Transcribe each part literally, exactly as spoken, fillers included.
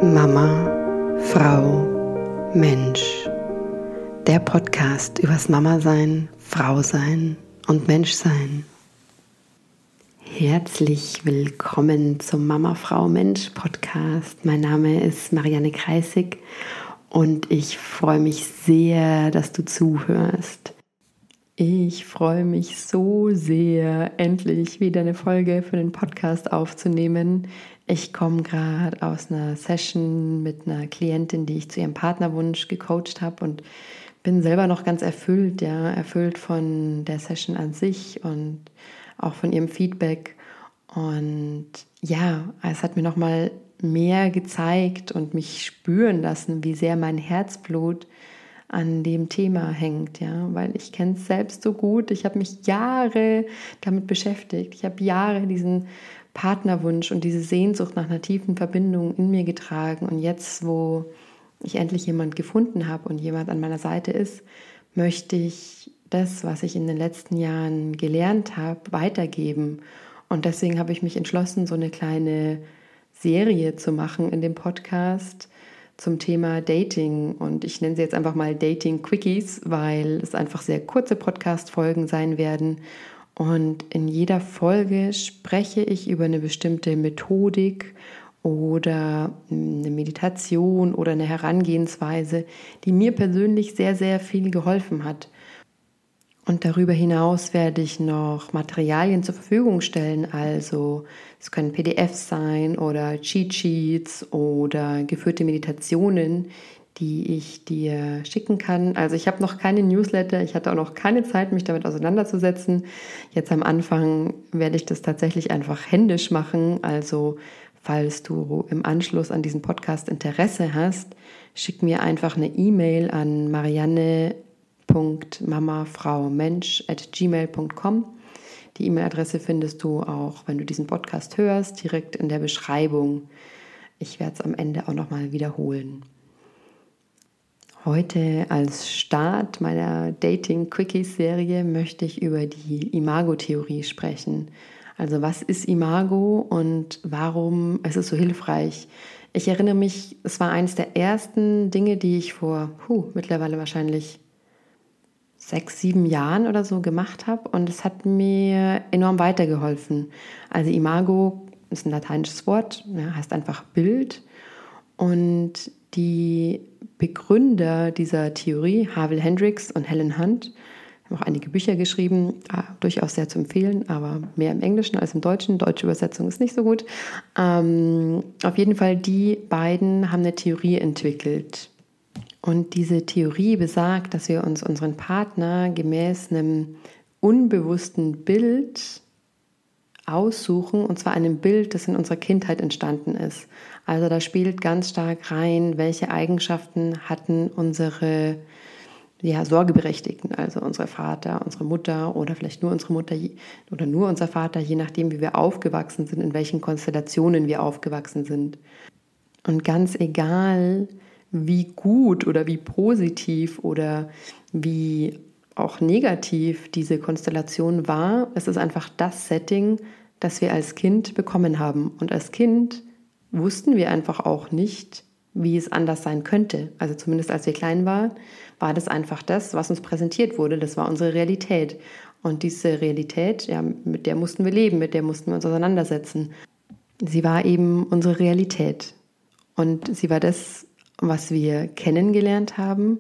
Mama, Frau, Mensch. Der Podcast übers Mama-Sein, Frau-Sein und Menschsein. Herzlich willkommen zum Mama, Frau, Mensch Podcast. Mein Name ist Marianne Kreissig und ich freue mich sehr, dass du zuhörst. Ich freue mich so sehr, endlich wieder eine Folge für den Podcast aufzunehmen. Ich komme gerade aus einer Session mit einer Klientin, die ich zu ihrem Partnerwunsch gecoacht habe und bin selber noch ganz erfüllt, ja, erfüllt von der Session an sich und auch von ihrem Feedback. Und ja, es hat mir nochmal mehr gezeigt und mich spüren lassen, wie sehr mein Herzblut an dem Thema hängt, ja, weil ich kenne es selbst so gut. Ich habe mich Jahre damit beschäftigt. Ich habe Jahre diesen Partnerwunsch und diese Sehnsucht nach einer tiefen Verbindung in mir getragen. Und jetzt, wo ich endlich jemand gefunden habe und jemand an meiner Seite ist, möchte ich das, was ich in den letzten Jahren gelernt habe, weitergeben. Und deswegen habe ich mich entschlossen, so eine kleine Serie zu machen in dem Podcast zum Thema Dating, und ich nenne sie jetzt einfach mal Dating Quickies, weil es einfach sehr kurze Podcast-Folgen sein werden, und in jeder Folge spreche ich über eine bestimmte Methodik oder eine Meditation oder eine Herangehensweise, die mir persönlich sehr, sehr viel geholfen hat. Und darüber hinaus werde ich noch Materialien zur Verfügung stellen, also es können P D Fs sein oder Cheat Sheets oder geführte Meditationen, die ich dir schicken kann. Also ich habe noch keine Newsletter, ich hatte auch noch keine Zeit, mich damit auseinanderzusetzen. Jetzt am Anfang werde ich das tatsächlich einfach händisch machen, also falls du im Anschluss an diesen Podcast Interesse hast, schick mir einfach eine E-Mail an marianne punkt mamafraumensch at gmail punkt com. Die E-Mail-Adresse findest du auch, wenn du diesen Podcast hörst, direkt in der Beschreibung. Ich werde es am Ende auch nochmal wiederholen. Heute als Start meiner Dating-Quickies-Serie möchte ich über die Imago-Theorie sprechen. Also was ist Imago und warum ist es so hilfreich? Ich erinnere mich, es war eines der ersten Dinge, die ich vor puh, mittlerweile wahrscheinlich sechs, sieben Jahren oder so gemacht habe, und es hat mir enorm weitergeholfen. Also Imago ist ein lateinisches Wort, ja, heißt einfach Bild, und die Begründer dieser Theorie, Harville Hendrix und Helen Hunt, haben auch einige Bücher geschrieben, ah, durchaus sehr zu empfehlen, aber mehr im Englischen als im Deutschen. Deutsche Übersetzung ist nicht so gut. Ähm, auf jeden Fall, die beiden haben eine Theorie entwickelt. Und diese Theorie besagt, dass wir uns unseren Partner gemäß einem unbewussten Bild aussuchen, und zwar einem Bild, das in unserer Kindheit entstanden ist. Also da spielt ganz stark rein, welche Eigenschaften hatten unsere ja, Sorgeberechtigten, also unser Vater, unsere Mutter oder vielleicht nur unsere Mutter oder nur unser Vater, je nachdem, wie wir aufgewachsen sind, in welchen Konstellationen wir aufgewachsen sind. Und ganz egal, wie gut oder wie positiv oder wie auch negativ diese Konstellation war, es ist einfach das Setting, das wir als Kind bekommen haben. Und als Kind wussten wir einfach auch nicht, wie es anders sein könnte. Also zumindest als wir klein waren, war das einfach das, was uns präsentiert wurde. Das war unsere Realität. Und diese Realität, ja, mit der mussten wir leben, mit der mussten wir uns auseinandersetzen. Sie war eben unsere Realität. Und sie war das, was wir kennengelernt haben.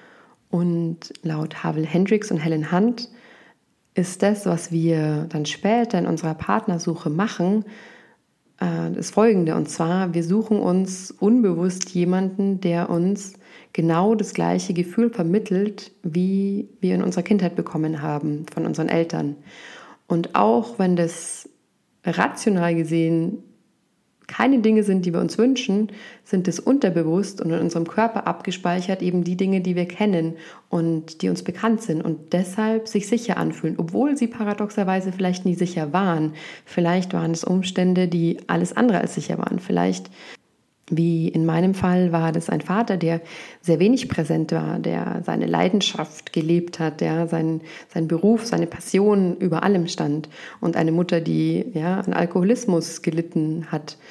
Und laut Harville Hendrix und Helen Hunt ist das, was wir dann später in unserer Partnersuche machen, äh, das Folgende. Und zwar, wir suchen uns unbewusst jemanden, der uns genau das gleiche Gefühl vermittelt, wie wir in unserer Kindheit bekommen haben von unseren Eltern. Und auch wenn das rational gesehen keine Dinge sind, die wir uns wünschen, sind es unterbewusst und in unserem Körper abgespeichert eben die Dinge, die wir kennen und die uns bekannt sind und deshalb sich sicher anfühlen, obwohl sie paradoxerweise vielleicht nie sicher waren. Vielleicht waren es Umstände, die alles andere als sicher waren. Vielleicht, wie in meinem Fall, war das ein Vater, der sehr wenig präsent war, der seine Leidenschaft gelebt hat, der sein, sein Beruf, seine Passion über allem stand, und eine Mutter, die ja an Alkoholismus gelitten hat.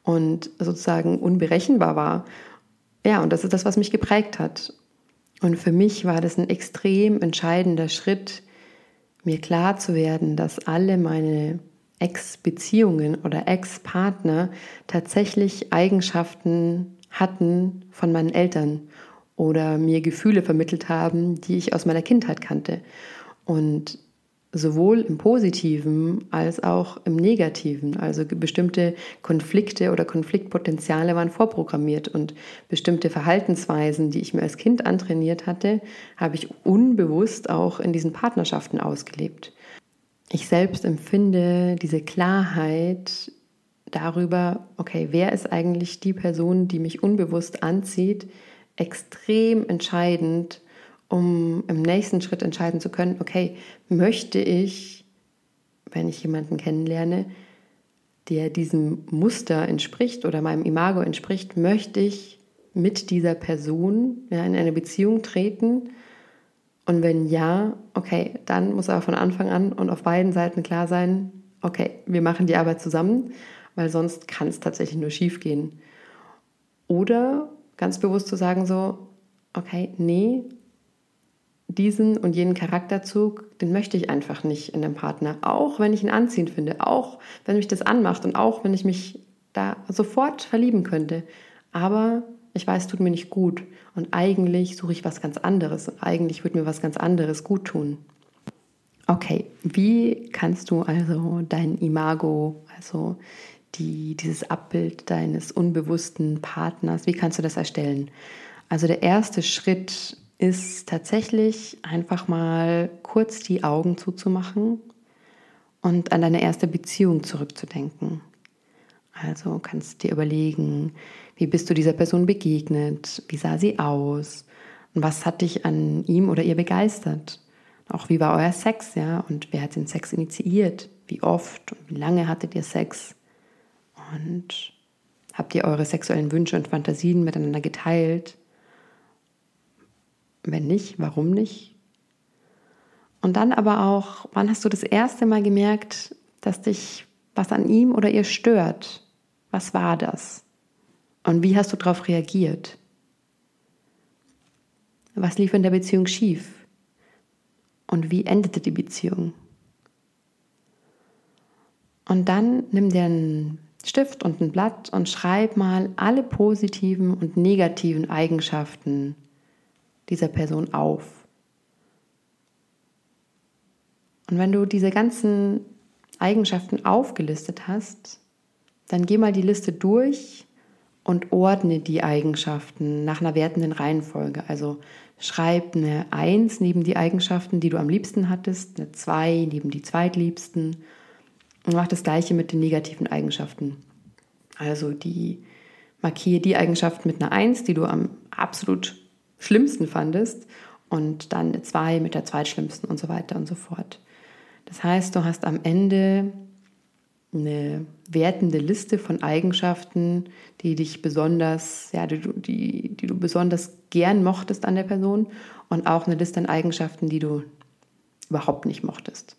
und sozusagen unberechenbar war. Ja, und das ist das, was mich geprägt hat. Und für mich war das ein extrem entscheidender Schritt, mir klar zu werden, dass alle meine Ex-Beziehungen oder Ex-Partner tatsächlich Eigenschaften hatten von meinen Eltern oder mir Gefühle vermittelt haben, die ich aus meiner Kindheit kannte. Und sowohl im Positiven als auch im Negativen. Also bestimmte Konflikte oder Konfliktpotenziale waren vorprogrammiert und bestimmte Verhaltensweisen, die ich mir als Kind antrainiert hatte, habe ich unbewusst auch in diesen Partnerschaften ausgelebt. Ich selbst empfinde diese Klarheit darüber, okay, wer ist eigentlich die Person, die mich unbewusst anzieht, extrem entscheidend, um im nächsten Schritt entscheiden zu können, okay, möchte ich, wenn ich jemanden kennenlerne, der diesem Muster entspricht oder meinem Imago entspricht, möchte ich mit dieser Person ja, in eine Beziehung treten? Und wenn ja, okay, dann muss aber von Anfang an und auf beiden Seiten klar sein, okay, wir machen die Arbeit zusammen, weil sonst kann es tatsächlich nur schief gehen. Oder ganz bewusst zu sagen so, okay, nee, diesen und jenen Charakterzug, den möchte ich einfach nicht in einem Partner. Auch wenn ich ihn anziehend finde, auch wenn mich das anmacht und auch wenn ich mich da sofort verlieben könnte. Aber ich weiß, es tut mir nicht gut. Und eigentlich suche ich was ganz anderes. Und eigentlich würde mir was ganz anderes gut tun. Okay, wie kannst du also dein Imago, also die, dieses Abbild deines unbewussten Partners, wie kannst du das erstellen? Also der erste Schritt ist tatsächlich einfach mal kurz die Augen zuzumachen und an deine erste Beziehung zurückzudenken. Also kannst dir überlegen, wie bist du dieser Person begegnet, wie sah sie aus und was hat dich an ihm oder ihr begeistert. Auch wie war euer Sex, ja, und wer hat den Sex initiiert, wie oft und wie lange hattet ihr Sex und habt ihr eure sexuellen Wünsche und Fantasien miteinander geteilt? Wenn nicht, warum nicht? Und dann aber auch, wann hast du das erste Mal gemerkt, dass dich was an ihm oder ihr stört? Was war das? Und wie hast du darauf reagiert? Was lief in der Beziehung schief? Und wie endete die Beziehung? Und dann nimm dir einen Stift und ein Blatt und schreib mal alle positiven und negativen Eigenschaften dieser Person auf. Und wenn du diese ganzen Eigenschaften aufgelistet hast, dann geh mal die Liste durch und ordne die Eigenschaften nach einer wertenden Reihenfolge. Also schreib eine eins neben die Eigenschaften, die du am liebsten hattest, eine zwei neben die zweitliebsten und mach das Gleiche mit den negativen Eigenschaften. Also die markiere die Eigenschaften mit einer eins, die du am absolut schlimmsten fandest und dann eine zwei mit der zweitschlimmsten und so weiter und so fort. Das heißt, du hast am Ende eine wertende Liste von Eigenschaften, die dich besonders, ja, die, die, die du besonders gern mochtest an der Person und auch eine Liste an Eigenschaften, die du überhaupt nicht mochtest.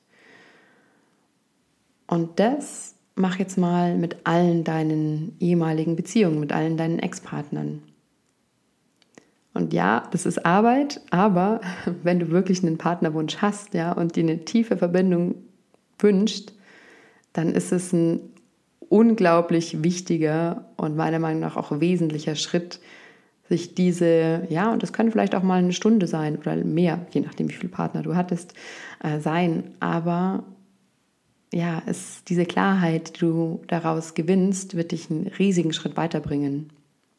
Und das mach jetzt mal mit allen deinen ehemaligen Beziehungen, mit allen deinen Ex-Partnern. Und ja, das ist Arbeit, aber wenn du wirklich einen Partnerwunsch hast, ja, und dir eine tiefe Verbindung wünscht, dann ist es ein unglaublich wichtiger und meiner Meinung nach auch wesentlicher Schritt, sich diese, ja, und das können vielleicht auch mal eine Stunde sein oder mehr, je nachdem, wie viele Partner du hattest, äh, sein. Aber ja, es, diese Klarheit, die du daraus gewinnst, wird dich einen riesigen Schritt weiterbringen.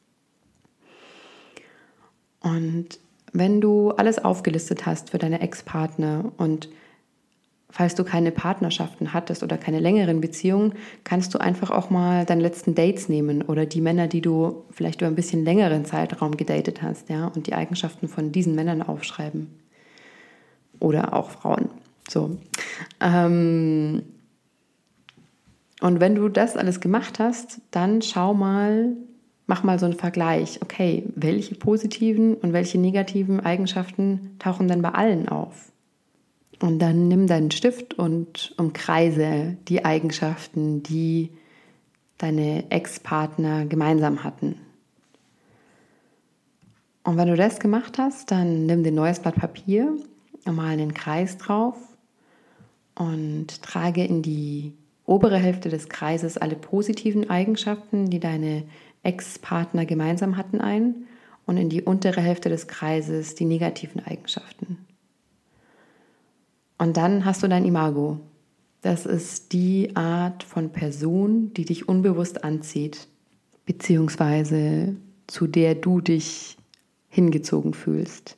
Und wenn du alles aufgelistet hast für deine Ex-Partner und falls du keine Partnerschaften hattest oder keine längeren Beziehungen, kannst du einfach auch mal deine letzten Dates nehmen oder die Männer, die du vielleicht über ein bisschen längeren Zeitraum gedatet hast, ja, und die Eigenschaften von diesen Männern aufschreiben. Oder auch Frauen. So. Ähm, und wenn du das alles gemacht hast, dann schau mal, mach mal so einen Vergleich. Okay, welche positiven und welche negativen Eigenschaften tauchen denn bei allen auf? Und dann nimm deinen Stift und umkreise die Eigenschaften, die deine Ex-Partner gemeinsam hatten. Und wenn du das gemacht hast, dann nimm dir ein neues Blatt Papier und mal einen Kreis drauf und trage in die obere Hälfte des Kreises alle positiven Eigenschaften, die deine Ex-Partner gemeinsam hatten, ein und in die untere Hälfte des Kreises die negativen Eigenschaften. Und dann hast du dein Imago. Das ist die Art von Person, die dich unbewusst anzieht, beziehungsweise zu der du dich hingezogen fühlst.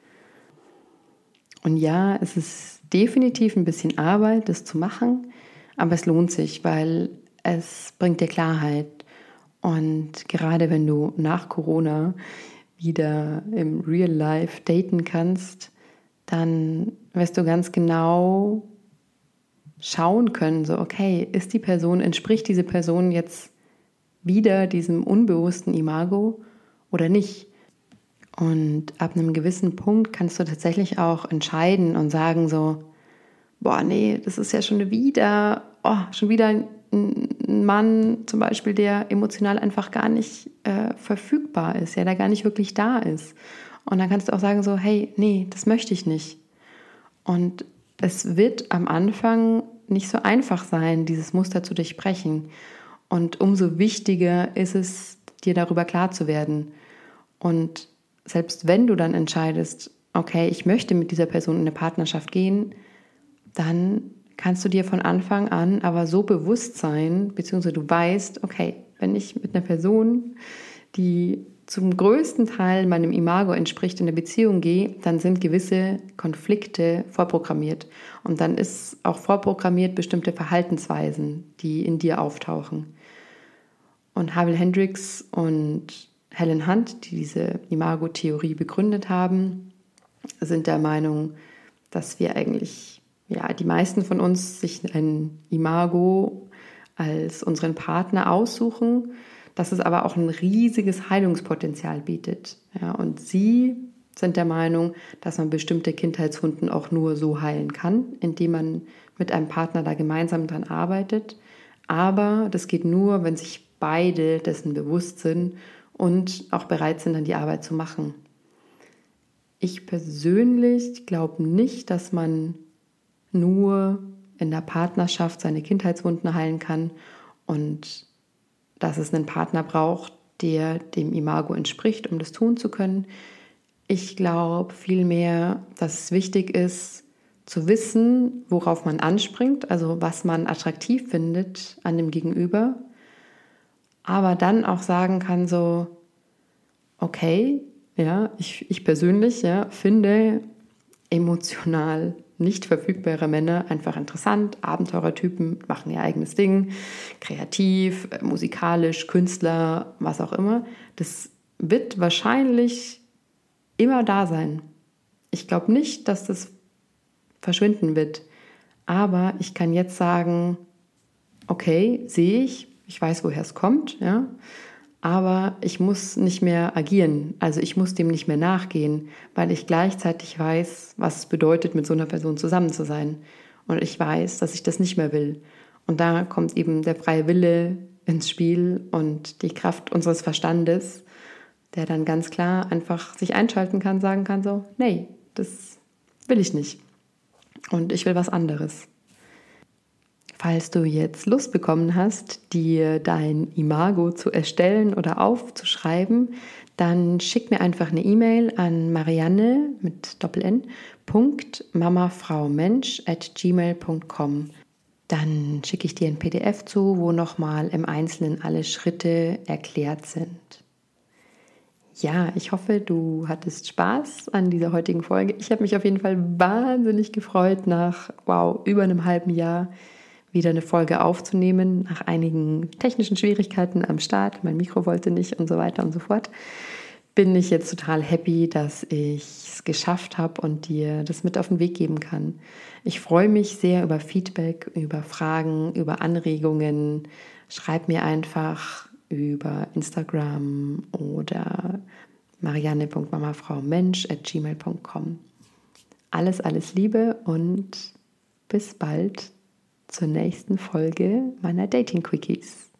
Und ja, es ist definitiv ein bisschen Arbeit, das zu machen, aber es lohnt sich, weil es bringt dir Klarheit. Und gerade wenn du nach Corona wieder im Real Life daten kannst, dann wirst du ganz genau schauen können, so okay, ist die Person, entspricht diese Person jetzt wieder diesem unbewussten Imago oder nicht? Und ab einem gewissen Punkt kannst du tatsächlich auch entscheiden und sagen so, boah, nee, das ist ja schon wieder, oh, schon wieder ein Mann zum Beispiel, der emotional einfach gar nicht äh, verfügbar ist, ja, der gar nicht wirklich da ist. Und dann kannst du auch sagen so, hey, nee, das möchte ich nicht. Und es wird am Anfang nicht so einfach sein, dieses Muster zu durchbrechen. Und umso wichtiger ist es, dir darüber klar zu werden. Und selbst wenn du dann entscheidest, okay, ich möchte mit dieser Person in eine Partnerschaft gehen, dann kannst du dir von Anfang an aber so bewusst sein, beziehungsweise du weißt, okay, wenn ich mit einer Person, die zum größten Teil meinem Imago entspricht, in eine Beziehung gehe, dann sind gewisse Konflikte vorprogrammiert. Und dann ist auch vorprogrammiert bestimmte Verhaltensweisen, die in dir auftauchen. Und Harville Hendrix und Helen Hunt, die diese Imago-Theorie begründet haben, sind der Meinung, dass wir eigentlich, ja, die meisten von uns sich ein Imago als unseren Partner aussuchen, dass es aber auch ein riesiges Heilungspotenzial bietet. Ja, und sie sind der Meinung, dass man bestimmte Kindheitswunden auch nur so heilen kann, indem man mit einem Partner da gemeinsam dran arbeitet. Aber das geht nur, wenn sich beide dessen bewusst sind und auch bereit sind, dann die Arbeit zu machen. Ich persönlich glaube nicht, dass man nur in der Partnerschaft seine Kindheitswunden heilen kann und dass es einen Partner braucht, der dem Imago entspricht, um das tun zu können. Ich glaube vielmehr, dass es wichtig ist, zu wissen, worauf man anspringt, also was man attraktiv findet an dem Gegenüber, aber dann auch sagen kann so, okay, ja, ich, ich persönlich ja, finde emotional nicht verfügbare Männer einfach interessant. Abenteurertypen machen ihr eigenes Ding, kreativ, musikalisch, Künstler, was auch immer. Das wird wahrscheinlich immer da sein. Ich glaube nicht, dass das verschwinden wird. Aber ich kann jetzt sagen, okay, sehe ich, ich weiß, woher es kommt, ja. Aber ich muss nicht mehr agieren, also ich muss dem nicht mehr nachgehen, weil ich gleichzeitig weiß, was es bedeutet, mit so einer Person zusammen zu sein. Und ich weiß, dass ich das nicht mehr will. Und da kommt eben der freie Wille ins Spiel und die Kraft unseres Verstandes, der dann ganz klar einfach sich einschalten kann, sagen kann so, nee, das will ich nicht. Und ich will was anderes. Falls du jetzt Lust bekommen hast, dir dein Imago zu erstellen oder aufzuschreiben, dann schick mir einfach eine E-Mail an Marianne mit Doppel-N, Punkt, mamafraumensch at gmail punkt com. Dann schicke ich dir ein P D F zu, wo nochmal im Einzelnen alle Schritte erklärt sind. Ja, ich hoffe, du hattest Spaß an dieser heutigen Folge. Ich habe mich auf jeden Fall wahnsinnig gefreut, nach, wow, über einem halben Jahr wieder eine Folge aufzunehmen, nach einigen technischen Schwierigkeiten am Start, mein Mikro wollte nicht und so weiter und so fort, bin ich jetzt total happy, dass ich es geschafft habe und dir das mit auf den Weg geben kann. Ich freue mich sehr über Feedback, über Fragen, über Anregungen. Schreib mir einfach über Instagram oder marianne punkt mamafraumensch at gmail punkt com. Alles, alles Liebe und bis bald zur nächsten Folge meiner Dating Quickies.